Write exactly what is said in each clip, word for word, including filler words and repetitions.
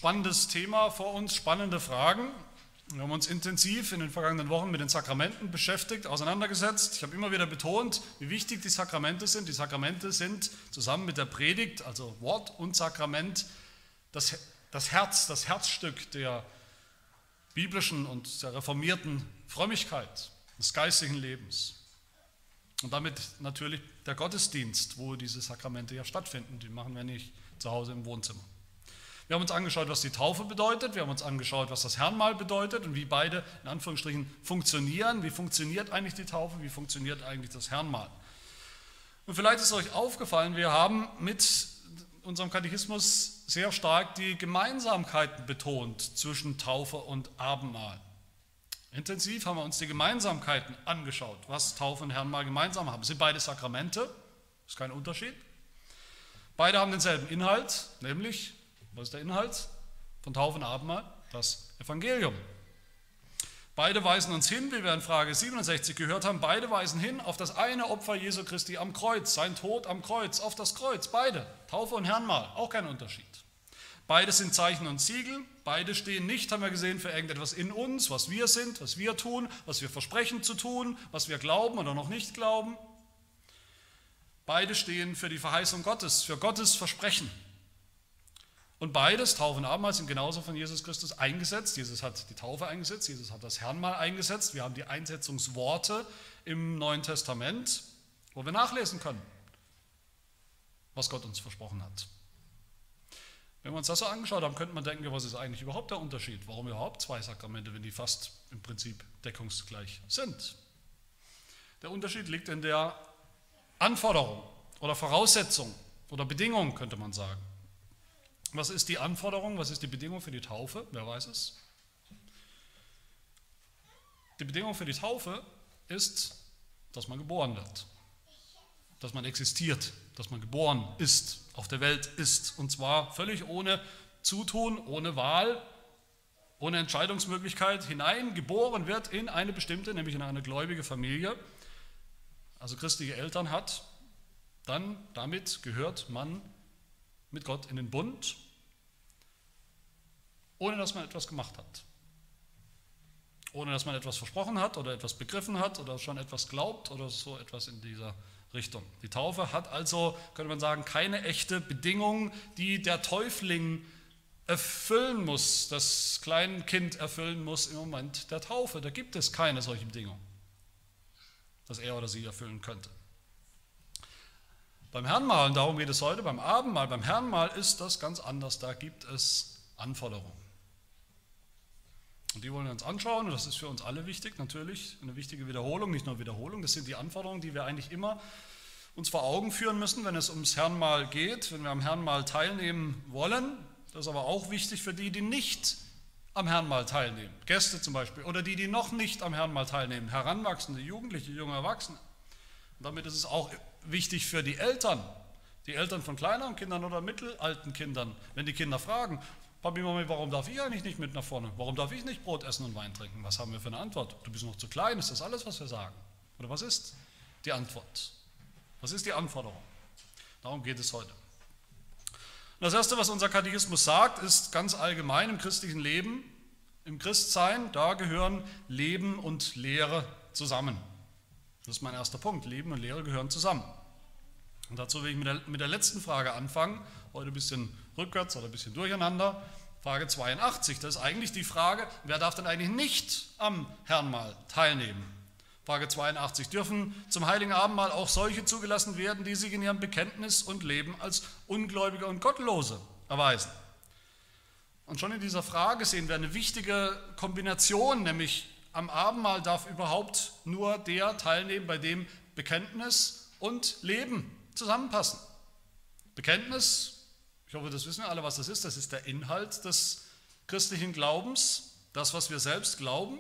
spannendes Thema vor uns, spannende Fragen. Wir haben uns intensiv in den vergangenen Wochen mit den Sakramenten beschäftigt, auseinandergesetzt. Ich habe immer wieder betont, wie wichtig die Sakramente sind. Die Sakramente sind zusammen mit der Predigt, also Wort und Sakrament, das, das Herz, das Herzstück der biblischen und der reformierten Frömmigkeit, des geistlichen Lebens. Und damit natürlich der Gottesdienst, wo diese Sakramente ja stattfinden. Die machen wir nicht zu Hause im Wohnzimmer. Wir haben uns angeschaut, was die Taufe bedeutet, wir haben uns angeschaut, was das Herrenmahl bedeutet und wie beide in Anführungsstrichen funktionieren. Wie funktioniert eigentlich die Taufe, wie funktioniert eigentlich das Herrenmahl? Und vielleicht ist euch aufgefallen, wir haben mit unserem Katechismus sehr stark die Gemeinsamkeiten betont zwischen Taufe und Abendmahl. Intensiv haben wir uns die Gemeinsamkeiten angeschaut, was Taufe und Herrenmahl gemeinsam haben. Es sind beide Sakramente, ist kein Unterschied. Beide haben denselben Inhalt, nämlich, was ist der Inhalt von Taufe und Abendmahl? Das Evangelium. Beide weisen uns hin, wie wir in Frage siebenundsechzig gehört haben, beide weisen hin auf das eine Opfer Jesu Christi am Kreuz, sein Tod am Kreuz, auf das Kreuz, beide, Taufe und Herrenmahl, auch kein Unterschied. Beide sind Zeichen und Siegel, beide stehen nicht, haben wir gesehen, für irgendetwas in uns, was wir sind, was wir tun, was wir versprechen zu tun, was wir glauben oder noch nicht glauben. Beide stehen für die Verheißung Gottes, für Gottes Versprechen. Und beides, Taufe und Abendmahl, sind genauso von Jesus Christus eingesetzt. Jesus hat die Taufe eingesetzt, Jesus hat das Herrenmahl eingesetzt. Wir haben die Einsetzungsworte im Neuen Testament, wo wir nachlesen können, was Gott uns versprochen hat. Wenn wir uns das so angeschaut haben, könnte man denken, was ist eigentlich überhaupt der Unterschied? Warum überhaupt zwei Sakramente, wenn die fast im Prinzip deckungsgleich sind? Der Unterschied liegt in der Anforderung oder Voraussetzung oder Bedingung, könnte man sagen. Was ist die Anforderung, was ist die Bedingung für die Taufe? Wer weiß es? Die Bedingung für die Taufe ist, dass man geboren wird, dass man existiert, dass man geboren ist, auf der Welt ist, und zwar völlig ohne Zutun, ohne Wahl, ohne Entscheidungsmöglichkeit hineingeboren wird in eine bestimmte, nämlich in eine gläubige Familie, also christliche Eltern hat, dann damit gehört man mit Gott in den Bund, ohne dass man etwas gemacht hat. Ohne dass man etwas versprochen hat oder etwas begriffen hat oder schon etwas glaubt oder so etwas in dieser Richtung. Die Taufe hat also, könnte man sagen, keine echte Bedingung, die der Täufling erfüllen muss, das Kleinkind erfüllen muss im Moment der Taufe. Da gibt es keine solche Bedingung, dass er oder sie erfüllen könnte. Beim Herrenmahl, und darum geht es heute, beim Abendmahl, beim Herrenmahl ist das ganz anders. Da gibt es Anforderungen. Und die wollen wir uns anschauen, und das ist für uns alle wichtig, natürlich, eine wichtige Wiederholung, nicht nur Wiederholung, das sind die Anforderungen, die wir eigentlich immer uns vor Augen führen müssen, wenn es ums Herrenmahl geht, wenn wir am Herrenmahl teilnehmen wollen. Das ist aber auch wichtig für die, die nicht am Herrenmahl teilnehmen, Gäste zum Beispiel, oder die, die noch nicht am Herrenmahl teilnehmen, Heranwachsende, Jugendliche, junge Erwachsene. Und damit ist es auch wichtig für die Eltern, die Eltern von kleineren Kindern oder mittelalten Kindern, wenn die Kinder fragen, Papi, Mami, warum darf ich eigentlich nicht mit nach vorne? Warum darf ich nicht Brot essen und Wein trinken? Was haben wir für eine Antwort? Du bist noch zu klein, ist das alles, was wir sagen? Oder was ist die Antwort? Was ist die Anforderung? Darum geht es heute. Und das Erste, was unser Katechismus sagt, ist ganz allgemein im christlichen Leben, im Christsein, da gehören Leben und Lehre zusammen. Das ist mein erster Punkt. Leben und Lehre gehören zusammen. Und dazu will ich mit der, mit der letzten Frage anfangen, heute ein bisschen rückwärts oder ein bisschen durcheinander. Frage zweiundachtzig, das ist eigentlich die Frage, wer darf denn eigentlich nicht am Herrenmahl teilnehmen? Frage zweiundachtzig, dürfen zum Heiligen Abendmahl auch solche zugelassen werden, die sich in ihrem Bekenntnis und Leben als Ungläubige und Gottlose erweisen? Und schon in dieser Frage sehen wir eine wichtige Kombination, nämlich am Abendmahl darf überhaupt nur der teilnehmen, bei dem Bekenntnis und Leben zusammenpassen. Bekenntnis, ich hoffe, das wissen wir alle, was das ist. Das ist der Inhalt des christlichen Glaubens, das, was wir selbst glauben.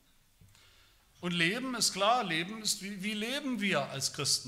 Und Leben ist klar, Leben ist, wie, wie leben wir als Christen?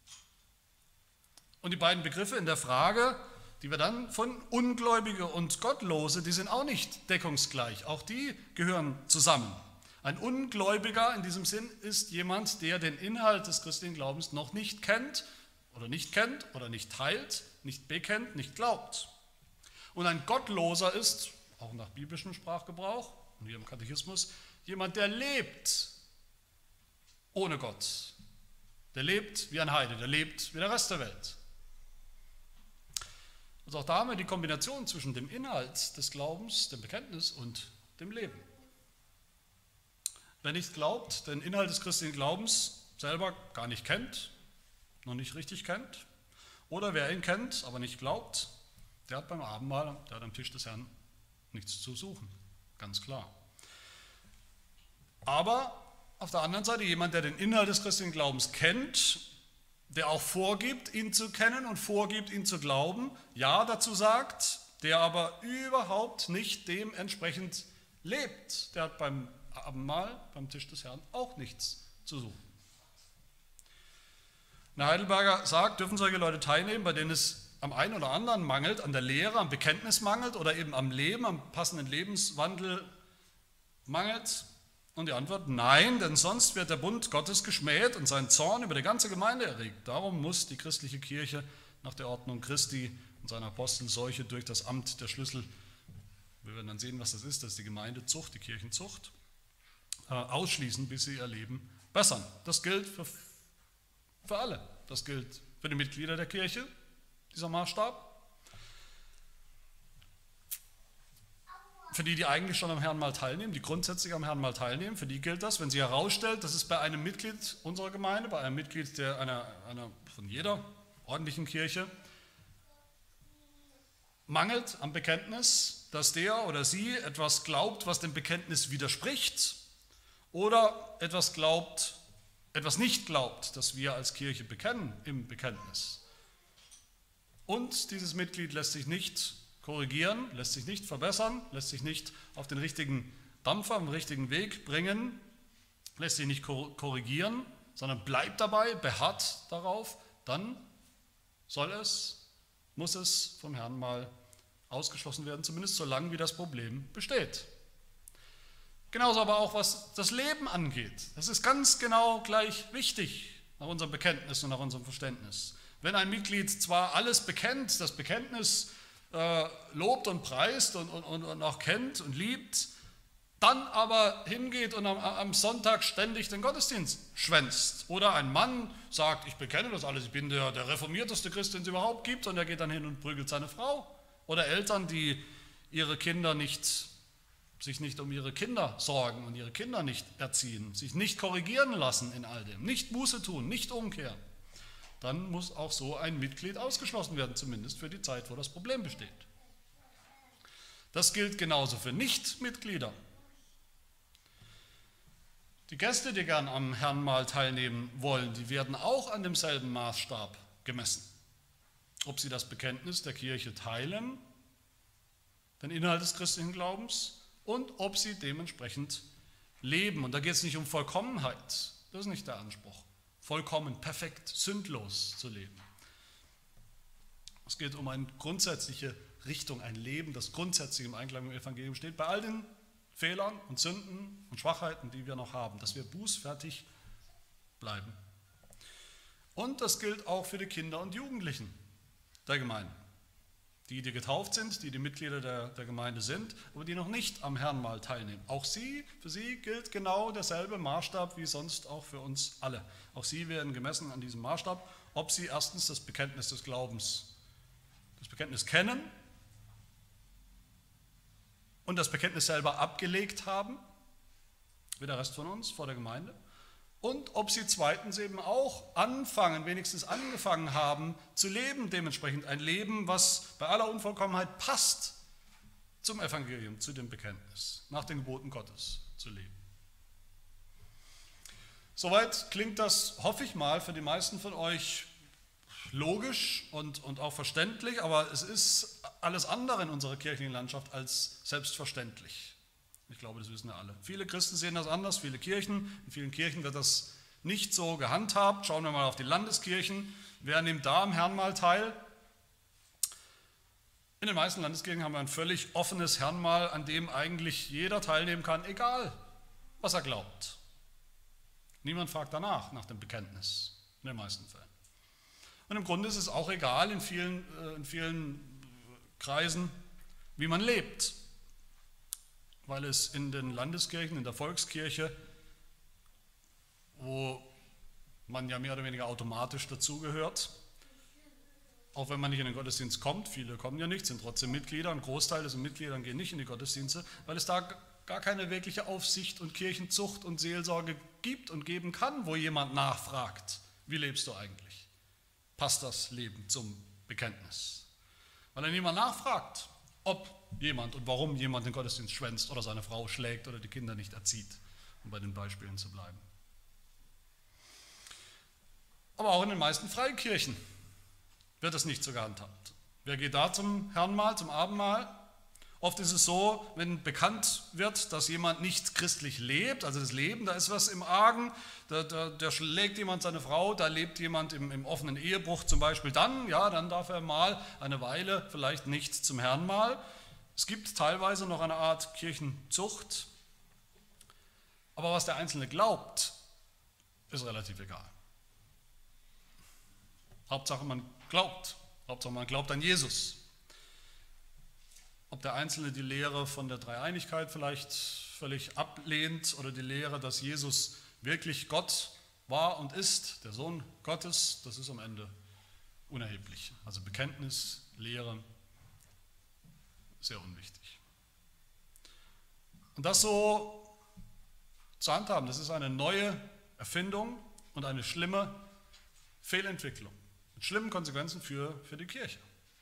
Und die beiden Begriffe in der Frage, die wir dann von Ungläubige und Gottlose, die sind auch nicht deckungsgleich. Auch die gehören zusammen. Ein Ungläubiger in diesem Sinn ist jemand, der den Inhalt des christlichen Glaubens noch nicht kennt oder nicht kennt oder nicht teilt, nicht bekennt, nicht glaubt. Und ein Gottloser ist auch nach biblischem Sprachgebrauch und hier im Katechismus, jemand, der lebt ohne Gott. Der lebt wie ein Heide, der lebt wie der Rest der Welt. Also auch da haben wir die Kombination zwischen dem Inhalt des Glaubens, dem Bekenntnis und dem Leben. Wer nicht glaubt, den Inhalt des christlichen Glaubens selber gar nicht kennt, noch nicht richtig kennt, oder wer ihn kennt, aber nicht glaubt, der hat beim Abendmahl, der hat am Tisch des Herrn nichts zu suchen, ganz klar. Aber auf der anderen Seite jemand, der den Inhalt des christlichen Glaubens kennt, der auch vorgibt, ihn zu kennen und vorgibt, ihn zu glauben, ja dazu sagt, der aber überhaupt nicht dementsprechend lebt, der hat beim Abendmahl, beim Tisch des Herrn auch nichts zu suchen. Der Heidelberger sagt, dürfen solche Leute teilnehmen, bei denen es am einen oder anderen mangelt, an der Lehre, am Bekenntnis mangelt oder eben am Leben, am passenden Lebenswandel mangelt? Und die Antwort, nein, denn sonst wird der Bund Gottes geschmäht und sein Zorn über die ganze Gemeinde erregt. Darum muss die christliche Kirche nach der Ordnung Christi und seiner Apostel solche durch das Amt der Schlüssel, wir werden dann sehen, was das ist, das ist die Gemeindezucht, die Kirchenzucht, ausschließen, bis sie ihr Leben bessern. Das gilt für, für alle. Das gilt für die Mitglieder der Kirche, dieser Maßstab. Für die, die eigentlich schon am Herrnmahl teilnehmen, die grundsätzlich am Herrnmahl teilnehmen, für die gilt das, wenn sie herausstellt, dass es bei einem Mitglied unserer Gemeinde, bei einem Mitglied der, einer, einer, von jeder ordentlichen Kirche mangelt am Bekenntnis, dass der oder sie etwas glaubt, was dem Bekenntnis widerspricht, oder etwas glaubt, etwas nicht glaubt, das wir als Kirche bekennen im Bekenntnis. Und dieses Mitglied lässt sich nicht korrigieren, lässt sich nicht verbessern, lässt sich nicht auf den richtigen Dampfer, auf den richtigen Weg bringen, lässt sich nicht korrigieren, sondern bleibt dabei, beharrt darauf, dann soll es, muss es vom Herrn mal ausgeschlossen werden, zumindest solange wie das Problem besteht. Genauso aber auch, was das Leben angeht. Das ist ganz genau gleich wichtig nach unserem Bekenntnis und nach unserem Verständnis. Wenn ein Mitglied zwar alles bekennt, das Bekenntnis äh, lobt und preist und, und, und auch kennt und liebt, dann aber hingeht und am, am Sonntag ständig den Gottesdienst schwänzt. Oder ein Mann sagt, ich bekenne das alles, ich bin der, der reformierteste Christ, den es überhaupt gibt, und er geht dann hin und prügelt seine Frau. Oder Eltern, die ihre Kinder nicht sich nicht um ihre Kinder sorgen und ihre Kinder nicht erziehen, sich nicht korrigieren lassen in all dem, nicht Buße tun, nicht umkehren, dann muss auch so ein Mitglied ausgeschlossen werden, zumindest für die Zeit, wo das Problem besteht. Das gilt genauso für Nichtmitglieder. Die Gäste, die gern am Herrnmahl teilnehmen wollen, die werden auch an demselben Maßstab gemessen. Ob sie das Bekenntnis der Kirche teilen, den Inhalt des christlichen Glaubens, und ob sie dementsprechend leben. Und da geht es nicht um Vollkommenheit, das ist nicht der Anspruch, vollkommen, perfekt, sündlos zu leben. Es geht um eine grundsätzliche Richtung, ein Leben, das grundsätzlich im Einklang mit dem Evangelium steht, bei all den Fehlern und Sünden und Schwachheiten, die wir noch haben, dass wir bußfertig bleiben. Und das gilt auch für die Kinder und Jugendlichen der Gemeinde. Die, die getauft sind, die die Mitglieder der, der Gemeinde sind, aber die noch nicht am Herrnmahl teilnehmen. Auch sie, für sie gilt genau derselbe Maßstab wie sonst auch für uns alle. Auch sie werden gemessen an diesem Maßstab, ob sie erstens das Bekenntnis des Glaubens, das Bekenntnis kennen und das Bekenntnis selber abgelegt haben, wie der Rest von uns vor der Gemeinde. Und ob sie zweitens eben auch anfangen, wenigstens angefangen haben, zu leben dementsprechend. Ein Leben, was bei aller Unvollkommenheit passt zum Evangelium, zu dem Bekenntnis, nach den Geboten Gottes zu leben. Soweit klingt das, hoffe ich mal, für die meisten von euch logisch und, und auch verständlich, aber es ist alles andere in unserer kirchlichen Landschaft als selbstverständlich. Ich glaube, das wissen wir alle. Viele Christen sehen das anders, viele Kirchen. In vielen Kirchen wird das nicht so gehandhabt. Schauen wir mal auf die Landeskirchen. Wer nimmt da am Herrnmahl teil? In den meisten Landeskirchen haben wir ein völlig offenes Herrnmahl, an dem eigentlich jeder teilnehmen kann, egal was er glaubt. Niemand fragt danach, nach dem Bekenntnis, in den meisten Fällen. Und im Grunde ist es auch egal in vielen, in vielen Kreisen, wie man lebt. weil es in den Landeskirchen, in der Volkskirche, wo man ja mehr oder weniger automatisch dazugehört, auch wenn man nicht in den Gottesdienst kommt, viele kommen ja nicht, sind trotzdem Mitglieder, ein Großteil dieser Mitglieder gehen nicht in die Gottesdienste, weil es da gar keine wirkliche Aufsicht und Kirchenzucht und Seelsorge gibt und geben kann, wo jemand nachfragt, wie lebst du eigentlich? Passt das Leben zum Bekenntnis? Weil er niemand nachfragt, ob jemand und warum jemand den Gottesdienst schwänzt oder seine Frau schlägt oder die Kinder nicht erzieht, um bei den Beispielen zu bleiben. Aber auch in den meisten Freikirchen wird es nicht so gehandhabt. Wer geht da zum Herrnmahl, zum Abendmahl? Oft ist es so, wenn bekannt wird, dass jemand nicht christlich lebt, also das Leben, da ist was im Argen, da, da, da schlägt jemand seine Frau, da lebt jemand im, im offenen Ehebruch zum Beispiel, dann, ja, dann darf er mal eine Weile vielleicht nicht zum Herrnmahl. Es gibt teilweise noch eine Art Kirchenzucht, aber was der Einzelne glaubt, ist relativ egal. Hauptsache man glaubt, Hauptsache man glaubt an Jesus. Ob der Einzelne die Lehre von der Dreieinigkeit vielleicht völlig ablehnt oder die Lehre, dass Jesus wirklich Gott war und ist, der Sohn Gottes, das ist am Ende unerheblich. Also Bekenntnis, Lehre, sehr unwichtig. Und das so zu handhaben, das ist eine neue Erfindung und eine schlimme Fehlentwicklung mit schlimmen Konsequenzen für, für die Kirche.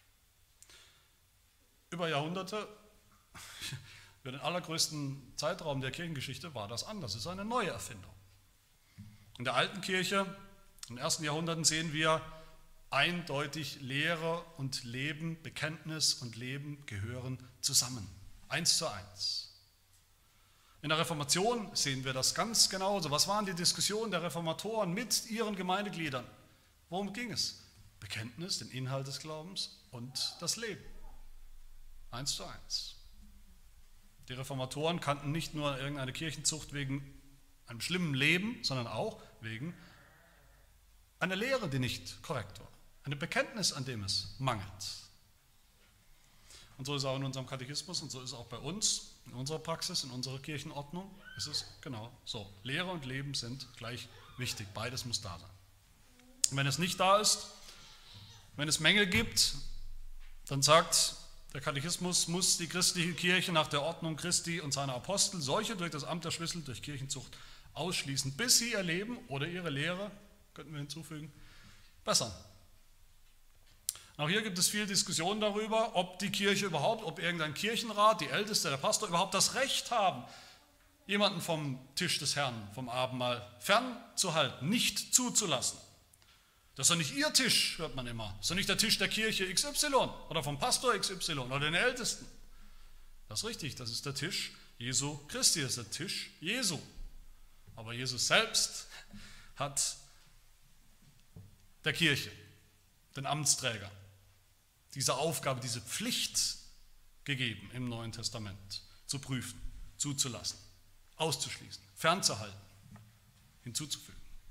Über Jahrhunderte, über den allergrößten Zeitraum der Kirchengeschichte war das anders. Es ist eine neue Erfindung. In der alten Kirche, in den ersten Jahrhunderten sehen wir eindeutig Lehre und Leben, Bekenntnis und Leben gehören zusammen, eins zu eins. In der Reformation sehen wir das ganz genauso. Was waren die Diskussionen der Reformatoren mit ihren Gemeindegliedern? Worum ging es? Bekenntnis, den Inhalt des Glaubens und das Leben. Eins zu eins. Die Reformatoren kannten nicht nur irgendeine Kirchenzucht wegen einem schlimmen Leben, sondern auch wegen einer Lehre, die nicht korrekt war. Eine Bekenntnis, an dem es mangelt. Und so ist es auch in unserem Katechismus und so ist es auch bei uns, in unserer Praxis, in unserer Kirchenordnung, ist es genau so. Lehre und Leben sind gleich wichtig, beides muss da sein. Und wenn es nicht da ist, wenn es Mängel gibt, dann sagt der Katechismus, muss die christliche Kirche nach der Ordnung Christi und seiner Apostel solche durch das Amt der Schlüssel, durch Kirchenzucht ausschließen, bis sie ihr Leben oder ihre Lehre, könnten wir hinzufügen, bessern. Auch hier gibt es viel Diskussion darüber, ob die Kirche überhaupt, ob irgendein Kirchenrat, die Älteste, der Pastor überhaupt das Recht haben, jemanden vom Tisch des Herrn, vom Abendmahl fernzuhalten, nicht zuzulassen. Das ist doch nicht ihr Tisch, hört man immer. Das ist doch nicht der Tisch der Kirche X Y oder vom Pastor X Y oder den Ältesten. Das ist richtig, das ist der Tisch Jesu Christi, das ist der Tisch Jesu. Aber Jesus selbst hat der Kirche, den Amtsträgern, diese Aufgabe, diese Pflicht gegeben im Neuen Testament, zu prüfen, zuzulassen, auszuschließen, fernzuhalten, hinzuzufügen.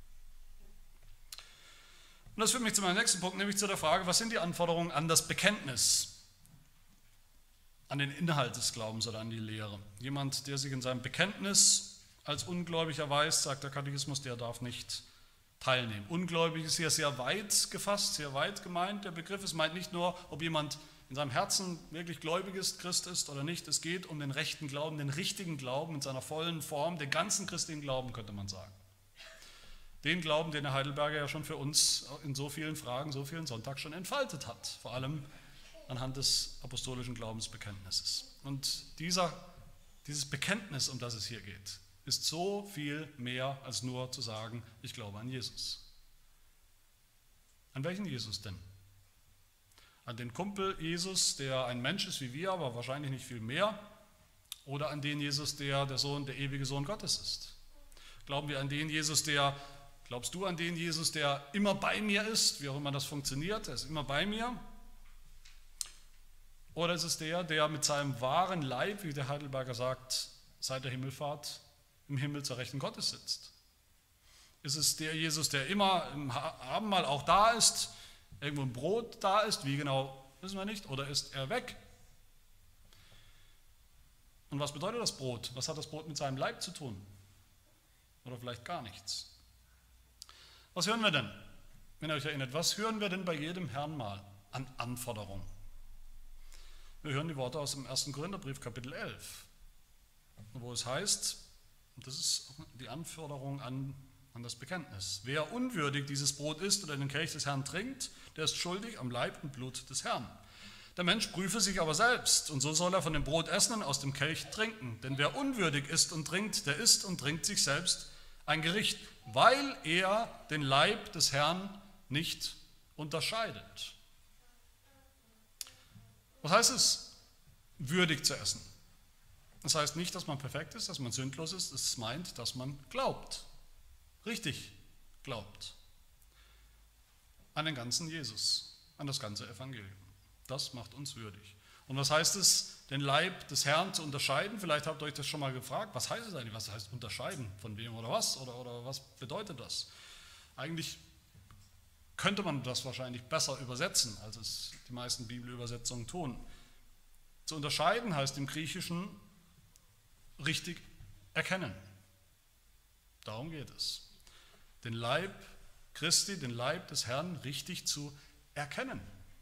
Und das führt mich zu meinem nächsten Punkt, nämlich zu der Frage, was sind die Anforderungen an das Bekenntnis, an den Inhalt des Glaubens oder an die Lehre? Jemand, der sich in seinem Bekenntnis als Ungläubig erweist, sagt der Katechismus, der darf nicht teilnehmen. Ungläubig ist hier sehr weit gefasst, sehr weit gemeint. Der Begriff ist meint nicht nur, ob jemand in seinem Herzen wirklich gläubig ist, Christ ist oder nicht. Es geht um den rechten Glauben, den richtigen Glauben in seiner vollen Form, den ganzen christlichen Glauben, könnte man sagen. Den Glauben, den der Heidelberger ja schon für uns in so vielen Fragen, so vielen Sonntag schon entfaltet hat, vor allem anhand des apostolischen Glaubensbekenntnisses. Und dieser, dieses Bekenntnis, um das es hier geht, ist so viel mehr als nur zu sagen, ich glaube an Jesus. An welchen Jesus denn? An den Kumpel Jesus, der ein Mensch ist wie wir, aber wahrscheinlich nicht viel mehr? Oder an den Jesus, der der Sohn, der ewige Sohn Gottes ist? Glauben wir an den Jesus, der Glaubst du an den Jesus, der immer bei mir ist, wie auch immer das funktioniert, er ist immer bei mir? Oder ist es der, der mit seinem wahren Leib, wie der Heidelberger sagt, seit der Himmelfahrt im Himmel zur Rechten Gottes sitzt? Ist es der Jesus, der immer im Abendmahl auch da ist, irgendwo im Brot da ist, wie genau, wissen wir nicht, oder ist er weg? Und was bedeutet das Brot? Was hat das Brot mit seinem Leib zu tun? Oder vielleicht gar nichts. Was hören wir denn, wenn ihr euch erinnert? Was hören wir denn bei jedem Herrnmahl an Anforderungen? Wir hören die Worte aus dem ersten Korintherbrief, Kapitel elf, wo es heißt, und das ist die Anforderung an, an das Bekenntnis: Wer unwürdig dieses Brot isst oder den Kelch des Herrn trinkt, der ist schuldig am Leib und Blut des Herrn. Der Mensch prüfe sich aber selbst, und so soll er von dem Brot essen und aus dem Kelch trinken. Denn wer unwürdig isst und trinkt, der isst und trinkt sich selbst ein Gericht, weil er den Leib des Herrn nicht unterscheidet. Was heißt es, würdig zu essen? Das heißt nicht, dass man perfekt ist, dass man sündlos ist. Es meint, dass man glaubt, richtig glaubt an den ganzen Jesus, an das ganze Evangelium. Das macht uns würdig. Und was heißt es, den Leib des Herrn zu unterscheiden? Vielleicht habt ihr euch das schon mal gefragt. Was heißt es eigentlich? Was heißt unterscheiden? Von wem oder was? Oder, oder was bedeutet das? Eigentlich könnte man das wahrscheinlich besser übersetzen, als es die meisten Bibelübersetzungen tun. Zu unterscheiden heißt im Griechischen richtig erkennen. Darum geht es. Den Leib Christi, den Leib des Herrn richtig zu erkennen.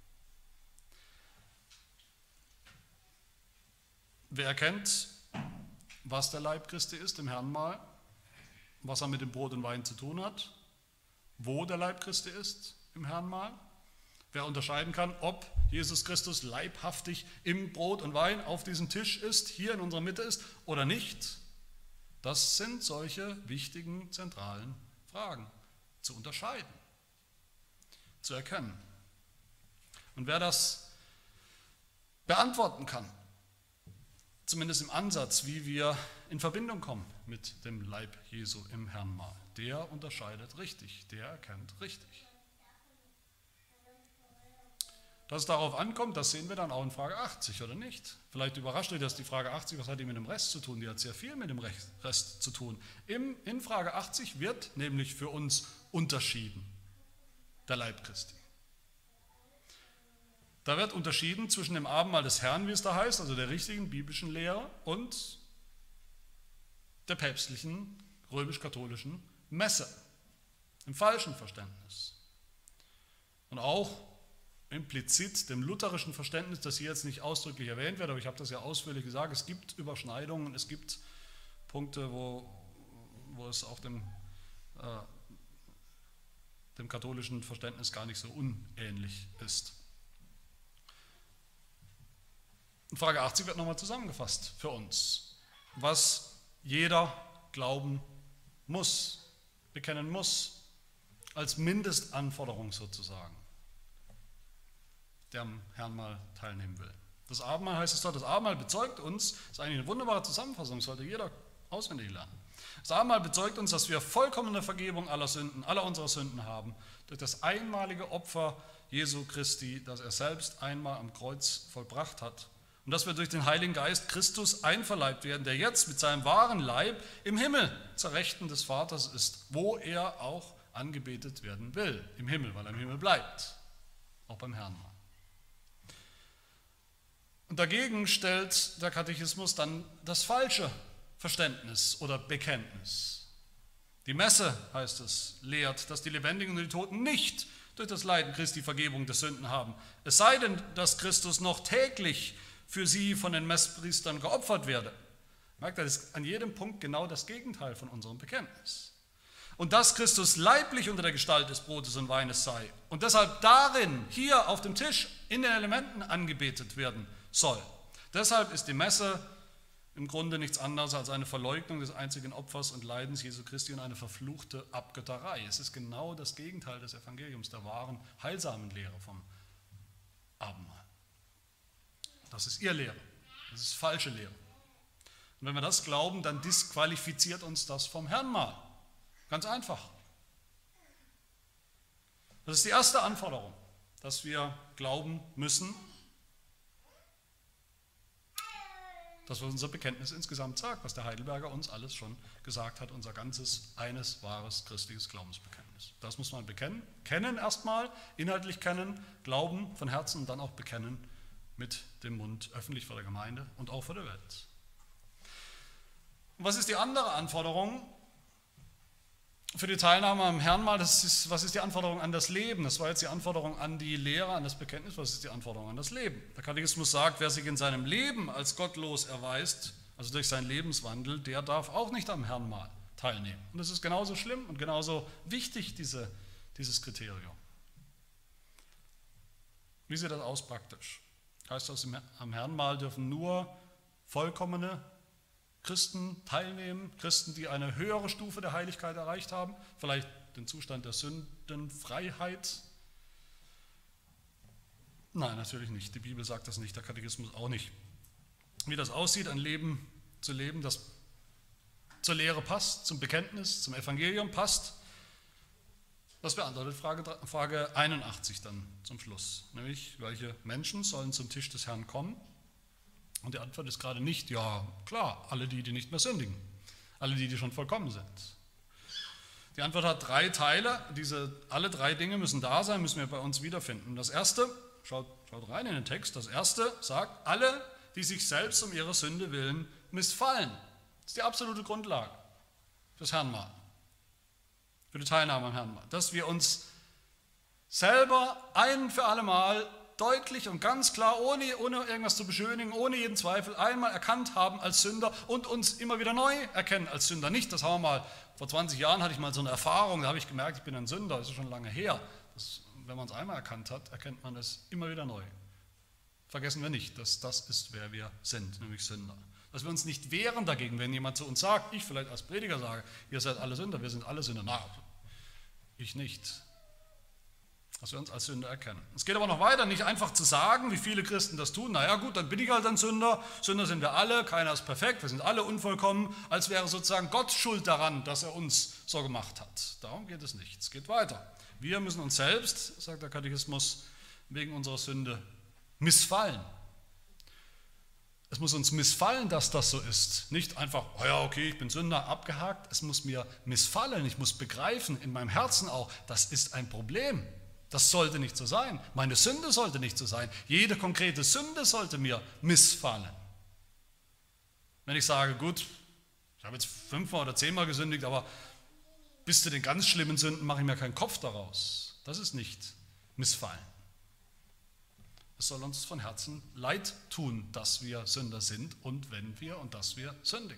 Wer erkennt, was der Leib Christi ist im Herrnmahl, was er mit dem Brot und Wein zu tun hat, wo der Leib Christi ist im Herrnmahl, wer unterscheiden kann, ob Jesus Christus leibhaftig im Brot und Wein auf diesem Tisch ist, hier in unserer Mitte ist oder nicht, das sind solche wichtigen, zentralen Fragen zu unterscheiden, zu erkennen. Und wer das beantworten kann, zumindest im Ansatz, wie wir in Verbindung kommen mit dem Leib Jesu im Herrnmahl, der unterscheidet richtig, der erkennt richtig. Dass es darauf ankommt, das sehen wir dann auch in Frage achtzig, oder nicht? Vielleicht überrascht euch das, die Frage achtzig, was hat die mit dem Rest zu tun? Die hat sehr viel mit dem Rest zu tun. Im, in Frage achtzig wird nämlich für uns unterschieden, der Leib Christi. Da wird unterschieden zwischen dem Abendmahl des Herrn, wie es da heißt, also der richtigen biblischen Lehre, und der päpstlichen, römisch-katholischen Messe, im falschen Verständnis. Und auch implizit dem lutherischen Verständnis, das hier jetzt nicht ausdrücklich erwähnt wird, aber ich habe das ja ausführlich gesagt, es gibt Überschneidungen, es gibt Punkte, wo, wo es auch dem, äh, dem katholischen Verständnis gar nicht so unähnlich ist. Und Frage achtzig wird nochmal zusammengefasst für uns, was jeder glauben muss, bekennen muss, als Mindestanforderung sozusagen, der am Herrnmahl teilnehmen will. Das Abendmahl heißt es dort, das Abendmahl bezeugt uns, das ist eigentlich eine wunderbare Zusammenfassung, das sollte jeder auswendig lernen. Das Abendmahl bezeugt uns, dass wir vollkommene Vergebung aller Sünden, aller unserer Sünden haben, durch das einmalige Opfer Jesu Christi, das er selbst einmal am Kreuz vollbracht hat. Und dass wir durch den Heiligen Geist Christus einverleibt werden, der jetzt mit seinem wahren Leib im Himmel zur Rechten des Vaters ist, wo er auch angebetet werden will, im Himmel, weil er im Himmel bleibt, auch beim Herrnmahl. Und dagegen stellt der Katechismus dann das falsche Verständnis oder Bekenntnis. Die Messe, heißt es, lehrt, dass die Lebendigen und die Toten nicht durch das Leiden Christi Vergebung der Sünden haben. Es sei denn, dass Christus noch täglich für sie von den Messpriestern geopfert werde. Merkt ihr, das ist an jedem Punkt genau das Gegenteil von unserem Bekenntnis. Und dass Christus leiblich unter der Gestalt des Brotes und Weines sei und deshalb darin, hier auf dem Tisch, in den Elementen angebetet werden soll. Deshalb ist die Messe im Grunde nichts anderes als eine Verleugnung des einzigen Opfers und Leidens Jesu Christi und eine verfluchte Abgötterei. Es ist genau das Gegenteil des Evangeliums, der wahren, heilsamen Lehre vom Abendmahl. Das ist ihr Lehre, das ist falsche Lehre. Und wenn wir das glauben, dann disqualifiziert uns das vom Herrnmahl. Ganz einfach. Das ist die erste Anforderung, dass wir glauben müssen, dass was unser Bekenntnis insgesamt sagt, was der Heidelberger uns alles schon gesagt hat, unser ganzes, eines, wahres christliches Glaubensbekenntnis. Das muss man bekennen, kennen erstmal, inhaltlich kennen, glauben von Herzen und dann auch bekennen mit dem Mund, öffentlich vor der Gemeinde und auch vor der Welt. Und was ist die andere Anforderung für die Teilnahme am Herrnmahl? Das ist, was ist die Anforderung an das Leben? Das war jetzt die Anforderung an die Lehre, an das Bekenntnis. Was ist die Anforderung an das Leben? Der Katechismus sagt, wer sich in seinem Leben als gottlos erweist, also durch seinen Lebenswandel, der darf auch nicht am Herrnmahl teilnehmen. Und das ist genauso schlimm und genauso wichtig, diese, dieses Kriterium. Wie sieht das aus praktisch? Heißt das, am Herrnmahl dürfen nur vollkommene Christen teilnehmen, Christen, die eine höhere Stufe der Heiligkeit erreicht haben, vielleicht den Zustand der Sündenfreiheit? Nein, natürlich nicht. Die Bibel sagt das nicht, der Katechismus auch nicht. Wie das aussieht, ein Leben zu leben, das zur Lehre passt, zum Bekenntnis, zum Evangelium passt, das beantwortet Frage, Frage einundachtzig dann zum Schluss, nämlich, welche Menschen sollen zum Tisch des Herrn kommen? Und die Antwort ist gerade nicht, ja klar, alle die, die nicht mehr sündigen, alle die, die schon vollkommen sind. Die Antwort hat drei Teile, diese, alle drei Dinge müssen da sein, müssen wir bei uns wiederfinden. Das erste, schaut, schaut rein in den Text, das erste sagt, alle, die sich selbst um ihre Sünde willen missfallen. Das ist die absolute Grundlage fürs Herrnmahl, für die Teilnahme am Herrnmahl, dass wir uns selber ein für alle Mal deutlich und ganz klar, ohne, ohne irgendwas zu beschönigen, ohne jeden Zweifel, einmal erkannt haben als Sünder und uns immer wieder neu erkennen als Sünder. Nicht, das haben wir mal, vor zwanzig Jahren hatte ich mal so eine Erfahrung, da habe ich gemerkt, ich bin ein Sünder, das ist schon lange her. Das, wenn man es einmal erkannt hat, erkennt man es immer wieder neu. Vergessen wir nicht, dass das ist, wer wir sind, nämlich Sünder. Dass wir uns nicht wehren dagegen, wenn jemand zu uns sagt, ich vielleicht als Prediger sage, ihr seid alle Sünder, wir sind alle Sünder. Na, ich nicht. Dass wir uns als Sünder erkennen. Es geht aber noch weiter, nicht einfach zu sagen, wie viele Christen das tun, naja gut, dann bin ich halt ein Sünder, Sünder sind wir alle, keiner ist perfekt, wir sind alle unvollkommen, als wäre sozusagen Gott schuld daran, dass er uns so gemacht hat. Darum geht es nicht, es geht weiter. Wir müssen uns selbst, sagt der Katechismus, wegen unserer Sünde missfallen. Es muss uns missfallen, dass das so ist. Nicht einfach, oh ja, okay, ich bin Sünder, abgehakt. Es muss mir missfallen, ich muss begreifen, in meinem Herzen auch, das ist ein Problem. Das sollte nicht so sein. Meine Sünde sollte nicht so sein. Jede konkrete Sünde sollte mir missfallen. Wenn ich sage, gut, ich habe jetzt fünfmal oder zehnmal gesündigt, aber bis zu den ganz schlimmen Sünden mache ich mir keinen Kopf daraus. Das ist nicht missfallen. Es soll uns von Herzen leid tun, dass wir Sünder sind und wenn wir und dass wir sündigen.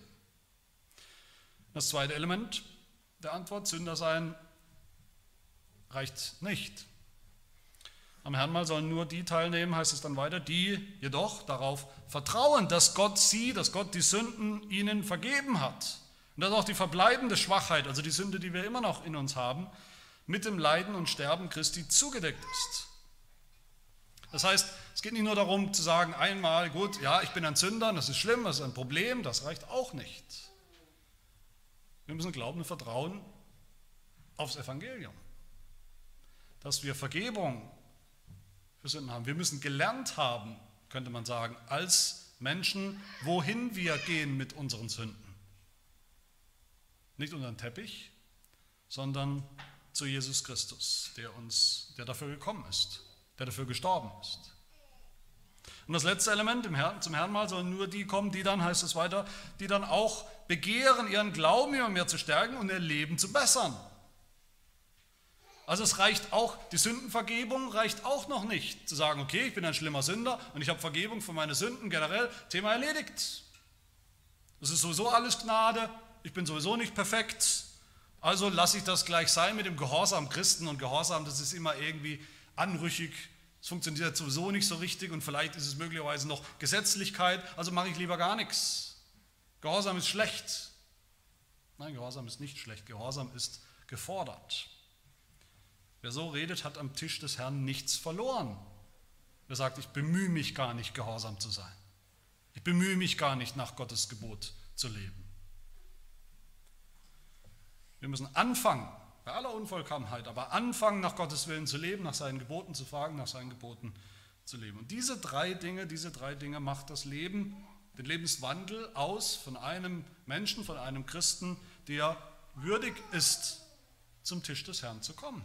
Das zweite Element der Antwort, Sünder sein, reicht nicht. Am Herrnmahl sollen nur die teilnehmen, heißt es dann weiter, die jedoch darauf vertrauen, dass Gott sie, dass Gott die Sünden ihnen vergeben hat. Und dass auch die verbleibende Schwachheit, also die Sünde, die wir immer noch in uns haben, mit dem Leiden und Sterben Christi zugedeckt ist. Das heißt, es geht nicht nur darum zu sagen, einmal, gut, ja, ich bin ein Sünder, das ist schlimm, das ist ein Problem, das reicht auch nicht. Wir müssen glauben und vertrauen aufs Evangelium, dass wir Vergebung für Sünden haben. Wir müssen gelernt haben, könnte man sagen, als Menschen, wohin wir gehen mit unseren Sünden. Nicht unter den Teppich, sondern zu Jesus Christus, der uns, der dafür gekommen ist, der dafür gestorben ist. Und das letzte Element im Herrn, zum Herrnmahl sollen nur die kommen, die dann, heißt es weiter, die dann auch begehren, ihren Glauben immer mehr zu stärken und ihr Leben zu bessern. Also es reicht auch, die Sündenvergebung reicht auch noch nicht, zu sagen, okay, ich bin ein schlimmer Sünder und ich habe Vergebung für meine Sünden generell, Thema erledigt. Das ist sowieso alles Gnade, ich bin sowieso nicht perfekt, also lasse ich das gleich sein mit dem Gehorsam Christen und Gehorsam, das ist immer irgendwie anrüchig, es funktioniert sowieso nicht so richtig und vielleicht ist es möglicherweise noch Gesetzlichkeit, also mache ich lieber gar nichts. Gehorsam ist schlecht. Nein, Gehorsam ist nicht schlecht, Gehorsam ist gefordert. Wer so redet, hat am Tisch des Herrn nichts verloren. Wer sagt, ich bemühe mich gar nicht, gehorsam zu sein. Ich bemühe mich gar nicht, nach Gottes Gebot zu leben. Wir müssen anfangen, bei aller Unvollkommenheit, aber anfangen, nach Gottes Willen zu leben, nach seinen Geboten zu fragen, nach seinen Geboten zu leben. Und diese drei Dinge, diese drei Dinge macht das Leben, den Lebenswandel aus von einem Menschen, von einem Christen, der würdig ist, zum Tisch des Herrn zu kommen.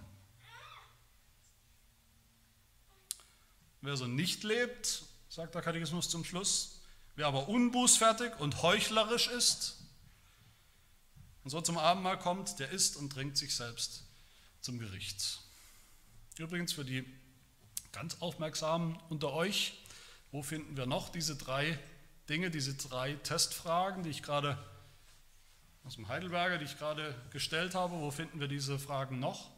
Wer so nicht lebt, sagt der Katechismus zum Schluss, wer aber unbußfertig und heuchlerisch ist, und so zum Abendmahl kommt, der isst und trinkt sich selbst zum Gericht. Übrigens für die ganz Aufmerksamen unter euch, wo finden wir noch diese drei Dinge, diese drei Testfragen, die ich gerade aus dem Heidelberger, die ich gerade gestellt habe, wo finden wir diese Fragen noch?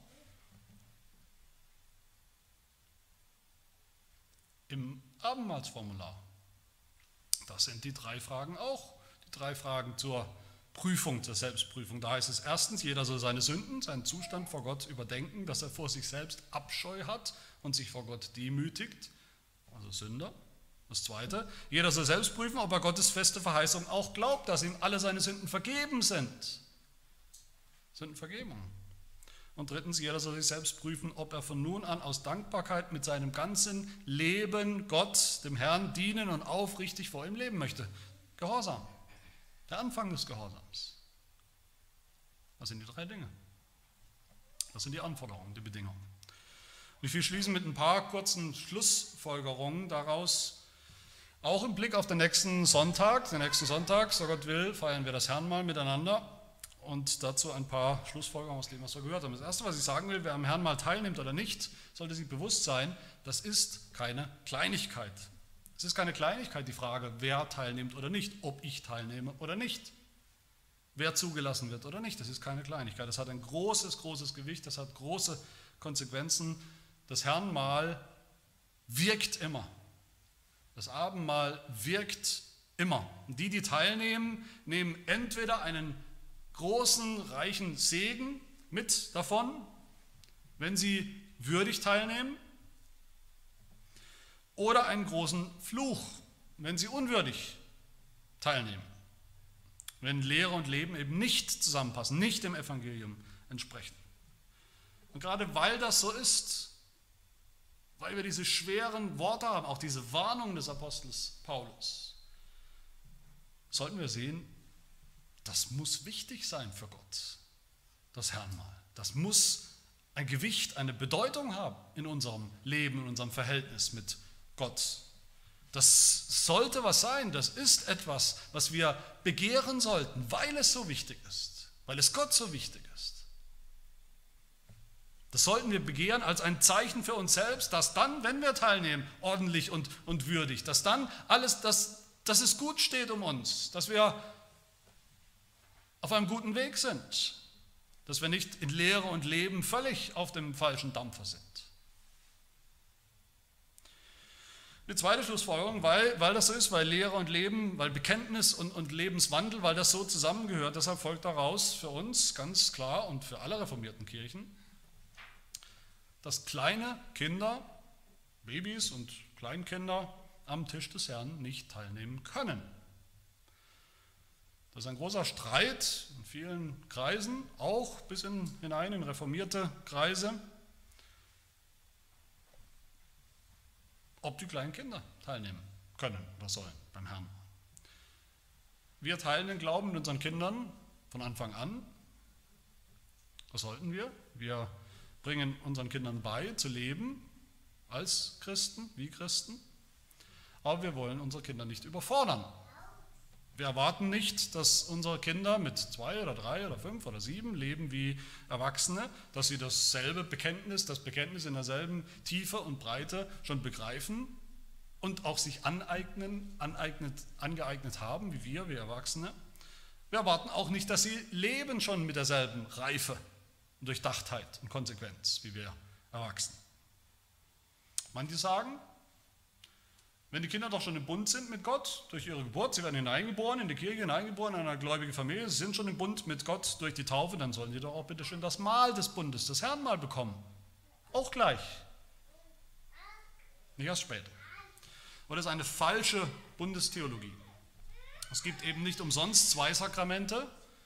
Im Abendmahlsformular. Das sind die drei Fragen auch, die drei Fragen zur Prüfung, zur Selbstprüfung. Da heißt es erstens, jeder soll seine Sünden, seinen Zustand vor Gott überdenken, dass er vor sich selbst Abscheu hat und sich vor Gott demütigt, also Sünder. Das Zweite, jeder soll selbst prüfen, ob er Gottes feste Verheißung auch glaubt, dass ihm alle seine Sünden vergeben sind. Sündenvergebung. Und drittens, jeder soll sich selbst prüfen, ob er von nun an aus Dankbarkeit mit seinem ganzen Leben Gott, dem Herrn, dienen und aufrichtig vor ihm leben möchte. Gehorsam. Der Anfang des Gehorsams. Das sind die drei Dinge. Das sind die Anforderungen, die Bedingungen. Und ich will schließen mit ein paar kurzen Schlussfolgerungen daraus. Auch im Blick auf den nächsten Sonntag, den nächsten Sonntag, so Gott will, feiern wir das Herrnmahl miteinander und dazu ein paar Schlussfolgerungen aus dem, was wir gehört haben. Das Erste, was ich sagen will, wer am Herrnmahl teilnimmt oder nicht, sollte sich bewusst sein, das ist keine Kleinigkeit. Es ist keine Kleinigkeit, die Frage, wer teilnimmt oder nicht, ob ich teilnehme oder nicht, wer zugelassen wird oder nicht. Das ist keine Kleinigkeit. Das hat ein großes, großes Gewicht, das hat große Konsequenzen. Das Herrnmahl wirkt immer. Das Abendmahl wirkt immer. Und die, die teilnehmen, nehmen entweder einen großen, reichen Segen mit davon, wenn sie würdig teilnehmen, oder einen großen Fluch, wenn sie unwürdig teilnehmen. Wenn Lehre und Leben eben nicht zusammenpassen, nicht dem Evangelium entsprechen. Und gerade weil das so ist, weil wir diese schweren Worte haben, auch diese Warnung des Apostels Paulus, sollten wir sehen, das muss wichtig sein für Gott, das Herrnmahl. Das muss ein Gewicht, eine Bedeutung haben in unserem Leben, in unserem Verhältnis mit Gott. Das sollte was sein, das ist etwas, was wir begehren sollten, weil es so wichtig ist, weil es Gott so wichtig ist. Das sollten wir begehren als ein Zeichen für uns selbst, dass dann, wenn wir teilnehmen, ordentlich und, und würdig, dass dann alles, dass, dass es gut steht um uns, dass wir auf einem guten Weg sind, dass wir nicht in Lehre und Leben völlig auf dem falschen Dampfer sind. Die zweite Schlussfolgerung, weil, weil das so ist, weil Lehre und Leben, weil Bekenntnis und, und Lebenswandel, weil das so zusammengehört, deshalb folgt daraus für uns ganz klar und für alle reformierten Kirchen, dass kleine Kinder, Babys und Kleinkinder am Tisch des Herrn nicht teilnehmen können. Das ist ein großer Streit in vielen Kreisen, auch bis in, hinein in reformierte Kreise, ob die kleinen Kinder teilnehmen können oder sollen beim Herrn. Wir teilen den Glauben mit unseren Kindern von Anfang an. Das sollten wir. Wir bringen unseren Kindern bei, zu leben als Christen, wie Christen. Aber wir wollen unsere Kinder nicht überfordern. Wir erwarten nicht, dass unsere Kinder mit zwei oder drei oder fünf oder sieben leben wie Erwachsene, dass sie dasselbe Bekenntnis, das Bekenntnis in derselben Tiefe und Breite schon begreifen und auch sich aneignen, aneignet, angeeignet haben, wie wir, wie Erwachsene. Wir erwarten auch nicht, dass sie leben schon mit derselben Reife und Durchdachtheit und Konsequenz, wie wir Erwachsene. Manche sagen, wenn die Kinder doch schon im Bund sind mit Gott, durch ihre Geburt, sie werden hineingeboren, in die Kirche hineingeboren, in eine gläubige Familie, sie sind schon im Bund mit Gott durch die Taufe, dann sollen sie doch auch bitte schön das Mahl des Bundes, das Herrnmahl bekommen. Auch gleich. Nicht erst später. Aber das ist eine falsche Bundestheologie. Es gibt eben nicht umsonst zwei Sakramente.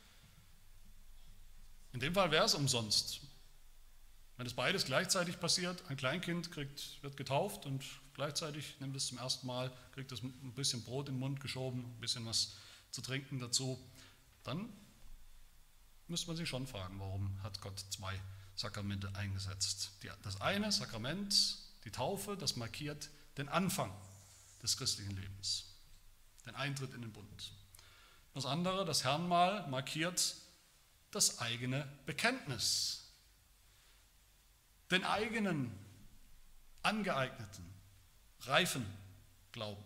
In dem Fall wäre es umsonst. Wenn es beides gleichzeitig passiert, ein Kleinkind kriegt, wird getauft und gleichzeitig nimmt es zum ersten Mal, kriegt es ein bisschen Brot in den Mund geschoben, ein bisschen was zu trinken dazu, dann müsste man sich schon fragen, warum hat Gott zwei Sakramente eingesetzt. Das eine Sakrament, die Taufe, das markiert den Anfang des christlichen Lebens, den Eintritt in den Bund. Das andere, das Herrnmahl, markiert das eigene Bekenntnis, den eigenen, angeeigneten, reifen Glauben.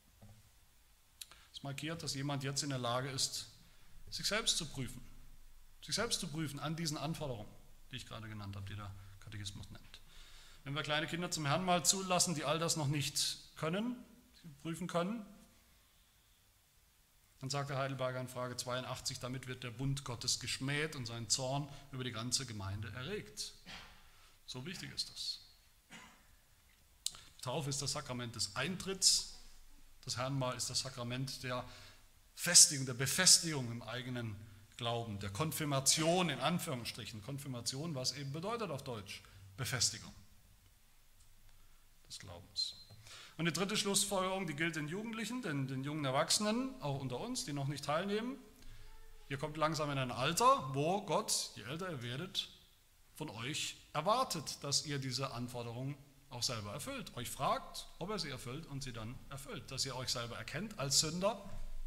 Es markiert, dass jemand jetzt in der Lage ist, sich selbst zu prüfen, sich selbst zu prüfen an diesen Anforderungen, die ich gerade genannt habe, die der Katechismus nennt. Wenn wir kleine Kinder zum Herrn mal zulassen, die all das noch nicht können, prüfen können, dann sagt der Heidelberger in Frage zweiundachtzig, damit wird der Bund Gottes geschmäht und sein Zorn über die ganze Gemeinde erregt. So wichtig ist das. Die Taufe ist das Sakrament des Eintritts, das Herrenmahl ist das Sakrament der Festigung, der Befestigung im eigenen Glauben, der Konfirmation in Anführungsstrichen. Konfirmation, was eben bedeutet auf Deutsch? Befestigung des Glaubens. Und die dritte Schlussfolgerung, die gilt den Jugendlichen, den, den jungen Erwachsenen, auch unter uns, die noch nicht teilnehmen. Ihr kommt langsam in ein Alter, wo Gott, je älter ihr werdet, von euch erwartet, dass ihr diese Anforderungen auch selber erfüllt. Euch fragt, ob er sie erfüllt und sie dann erfüllt. Dass ihr euch selber erkennt als Sünder,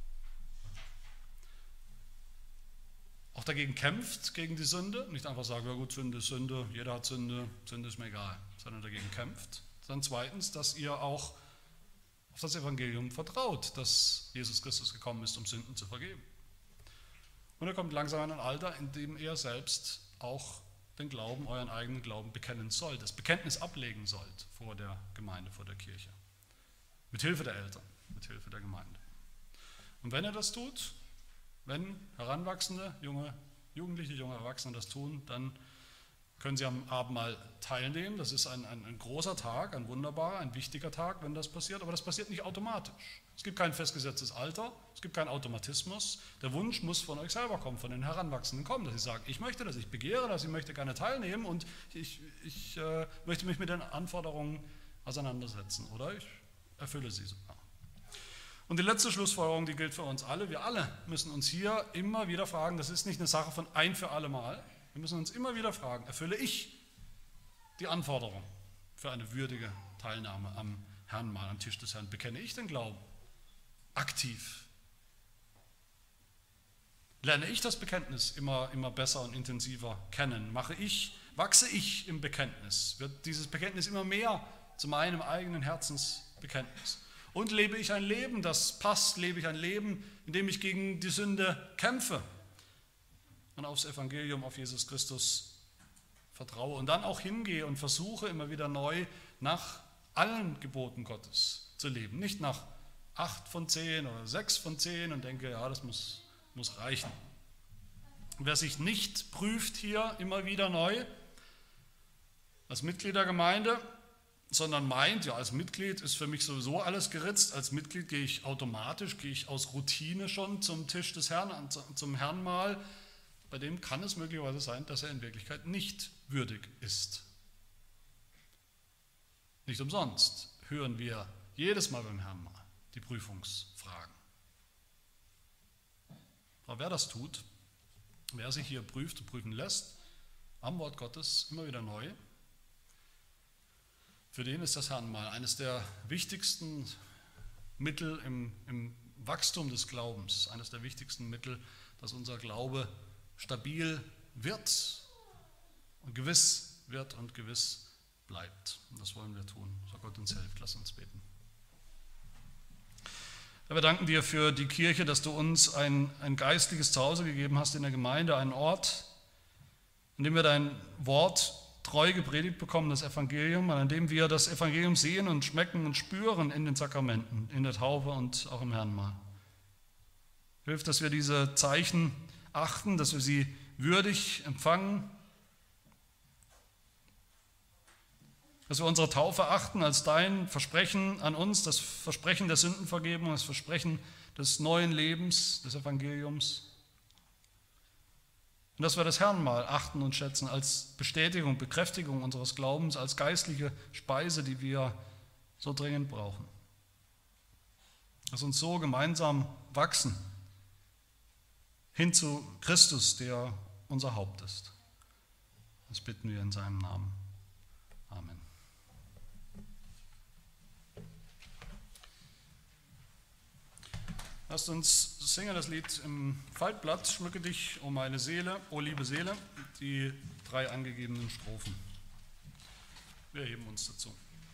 auch dagegen kämpft, gegen die Sünde. Nicht einfach sagen, ja gut, Sünde ist Sünde, jeder hat Sünde, Sünde ist mir egal, sondern dagegen kämpft. Dann zweitens, dass ihr auch auf das Evangelium vertraut, dass Jesus Christus gekommen ist, um Sünden zu vergeben. Und er kommt langsam in ein Alter, in dem ihr selbst auch den Glauben, euren eigenen Glauben bekennen sollt, das Bekenntnis ablegen sollt vor der Gemeinde, vor der Kirche. Mit Hilfe der Eltern, mit Hilfe der Gemeinde. Und wenn ihr das tut, wenn Heranwachsende, junge, Jugendliche, junge Erwachsene das tun, dann können Sie am Abendmahl teilnehmen. Das ist ein, ein, ein großer Tag, ein wunderbarer, ein wichtiger Tag, wenn das passiert, aber das passiert nicht automatisch. Es gibt kein festgesetztes Alter, es gibt keinen Automatismus. Der Wunsch muss von euch selber kommen, von den Heranwachsenden kommen, dass sie sagen, ich möchte das, ich begehre das, ich möchte gerne teilnehmen und ich, ich äh, möchte mich mit den Anforderungen auseinandersetzen oder ich erfülle sie sogar. Und die letzte Schlussfolgerung, die gilt für uns alle. Wir alle müssen uns hier immer wieder fragen, das ist nicht eine Sache von ein für alle Mal. Wir müssen uns immer wieder fragen, erfülle ich die Anforderung für eine würdige Teilnahme am Herrenmahl, am Tisch des Herrn? Bekenne ich den Glauben aktiv? Lerne ich das Bekenntnis immer, immer besser und intensiver kennen? Mache ich, wachse ich im Bekenntnis? Wird dieses Bekenntnis immer mehr zu meinem eigenen Herzensbekenntnis? Und lebe ich ein Leben, das passt? Lebe ich ein Leben, in dem ich gegen die Sünde kämpfe und aufs Evangelium, auf Jesus Christus vertraue und dann auch hingehe und versuche immer wieder neu nach allen Geboten Gottes zu leben. Nicht nach acht von zehn oder sechs von zehn und denke, ja, das muss, muss reichen. Und wer sich nicht prüft hier immer wieder neu als Mitglied der Gemeinde, sondern meint, ja, als Mitglied ist für mich sowieso alles geritzt, als Mitglied gehe ich automatisch, gehe ich aus Routine schon zum Tisch des Herrn, zum Herrenmahl, bei dem kann es möglicherweise sein, dass er in Wirklichkeit nicht würdig ist. Nicht umsonst hören wir jedes Mal beim Herrn mal die Prüfungsfragen. Aber wer das tut, wer sich hier prüft und prüfen lässt, am Wort Gottes immer wieder neu, für den ist das Herrenmahl eines der wichtigsten Mittel im, im Wachstum des Glaubens, eines der wichtigsten Mittel, dass unser Glaube stabil wird und gewiss wird und gewiss bleibt. Und das wollen wir tun. So Gott uns hilft. Lass uns beten. Herr, wir danken dir für die Kirche, dass du uns ein, ein geistliches Zuhause gegeben hast in der Gemeinde, einen Ort, an dem wir dein Wort treu gepredigt bekommen, das Evangelium, an dem wir das Evangelium sehen und schmecken und spüren in den Sakramenten, in der Taufe und auch im Herrenmahl. Hilf, dass wir diese Zeichen achten, dass wir sie würdig empfangen, dass wir unsere Taufe achten als dein Versprechen an uns, das Versprechen der Sündenvergebung, das Versprechen des neuen Lebens, des Evangeliums. Und dass wir das Herrenmahl achten und schätzen als Bestätigung, Bekräftigung unseres Glaubens, als geistliche Speise, die wir so dringend brauchen. Lass uns so gemeinsam wachsen hin zu Christus, der unser Haupt ist. Das bitten wir in seinem Namen. Amen. Lasst uns singen das Lied im Faltblatt, Schmücke dich, o meine Seele, o liebe Seele, die drei angegebenen Strophen. Wir erheben uns dazu.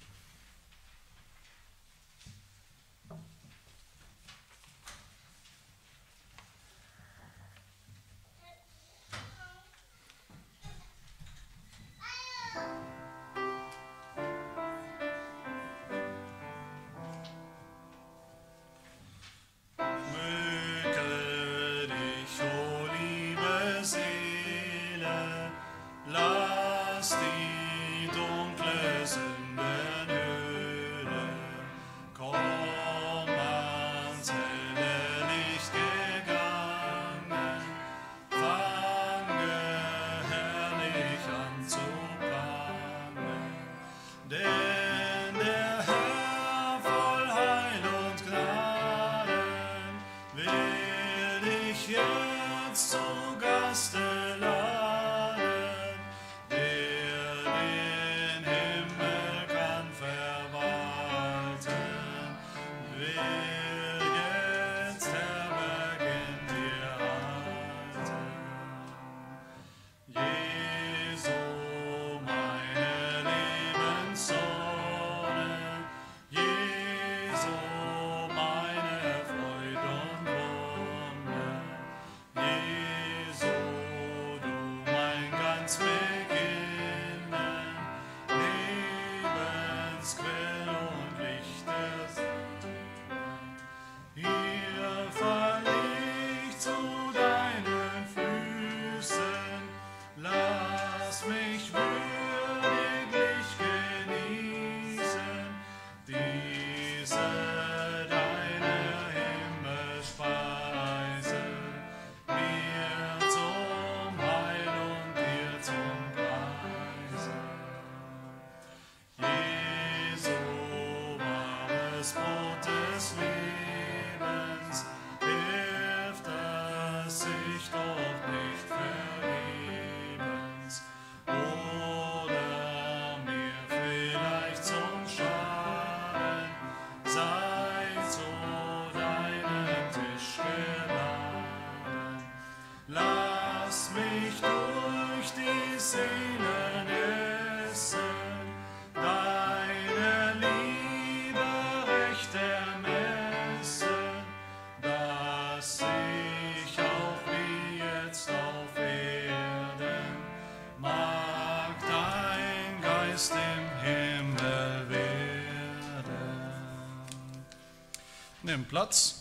Nehmt Platz.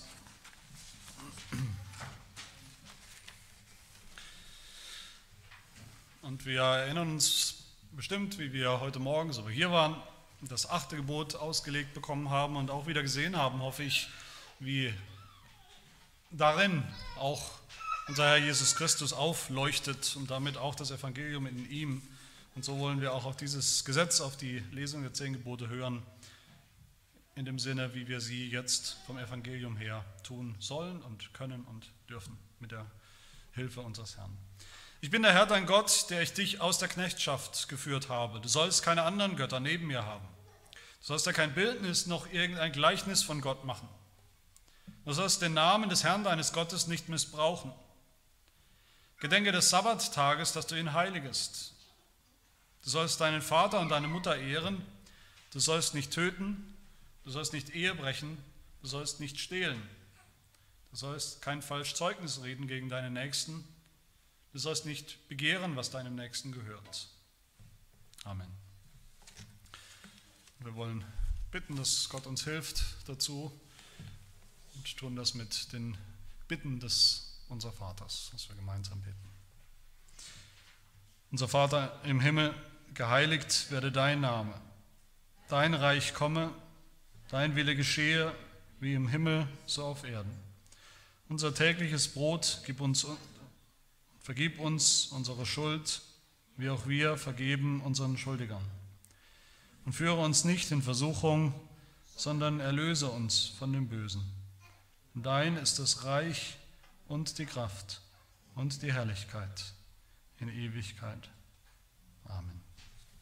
Und wir erinnern uns bestimmt, wie wir heute Morgen, so wie wir hier waren, das achte Gebot ausgelegt bekommen haben und auch wieder gesehen haben, hoffe ich, wie darin auch unser Herr Jesus Christus aufleuchtet und damit auch das Evangelium in ihm. Und so wollen wir auch auf dieses Gesetz, auf die Lesung der zehn Gebote hören, in dem Sinne, wie wir sie jetzt vom Evangelium her tun sollen und können und dürfen, mit der Hilfe unseres Herrn. Ich bin der Herr, dein Gott, der ich dich aus der Knechtschaft geführt habe. Du sollst keine anderen Götter neben mir haben. Du sollst dir kein Bildnis noch irgendein Gleichnis von Gott machen. Du sollst den Namen des Herrn deines Gottes nicht missbrauchen. Gedenke des Sabbattages, dass du ihn heiligest. Du sollst deinen Vater und deine Mutter ehren. Du sollst nicht töten. Du sollst nicht Ehe brechen, du sollst nicht stehlen, du sollst kein falsches Zeugnis reden gegen deinen Nächsten, du sollst nicht begehren, was deinem Nächsten gehört. Amen. Wir wollen bitten, dass Gott uns hilft dazu und tun das mit den Bitten des unser Vaters, dass wir gemeinsam beten. Unser Vater im Himmel, geheiligt werde dein Name, dein Reich komme, dein Wille geschehe, wie im Himmel, so auf Erden. Unser tägliches Brot gib uns, vergib uns unsere Schuld, wie auch wir vergeben unseren Schuldigern. Und führe uns nicht in Versuchung, sondern erlöse uns von dem Bösen. Dein ist das Reich und die Kraft und die Herrlichkeit in Ewigkeit. Amen.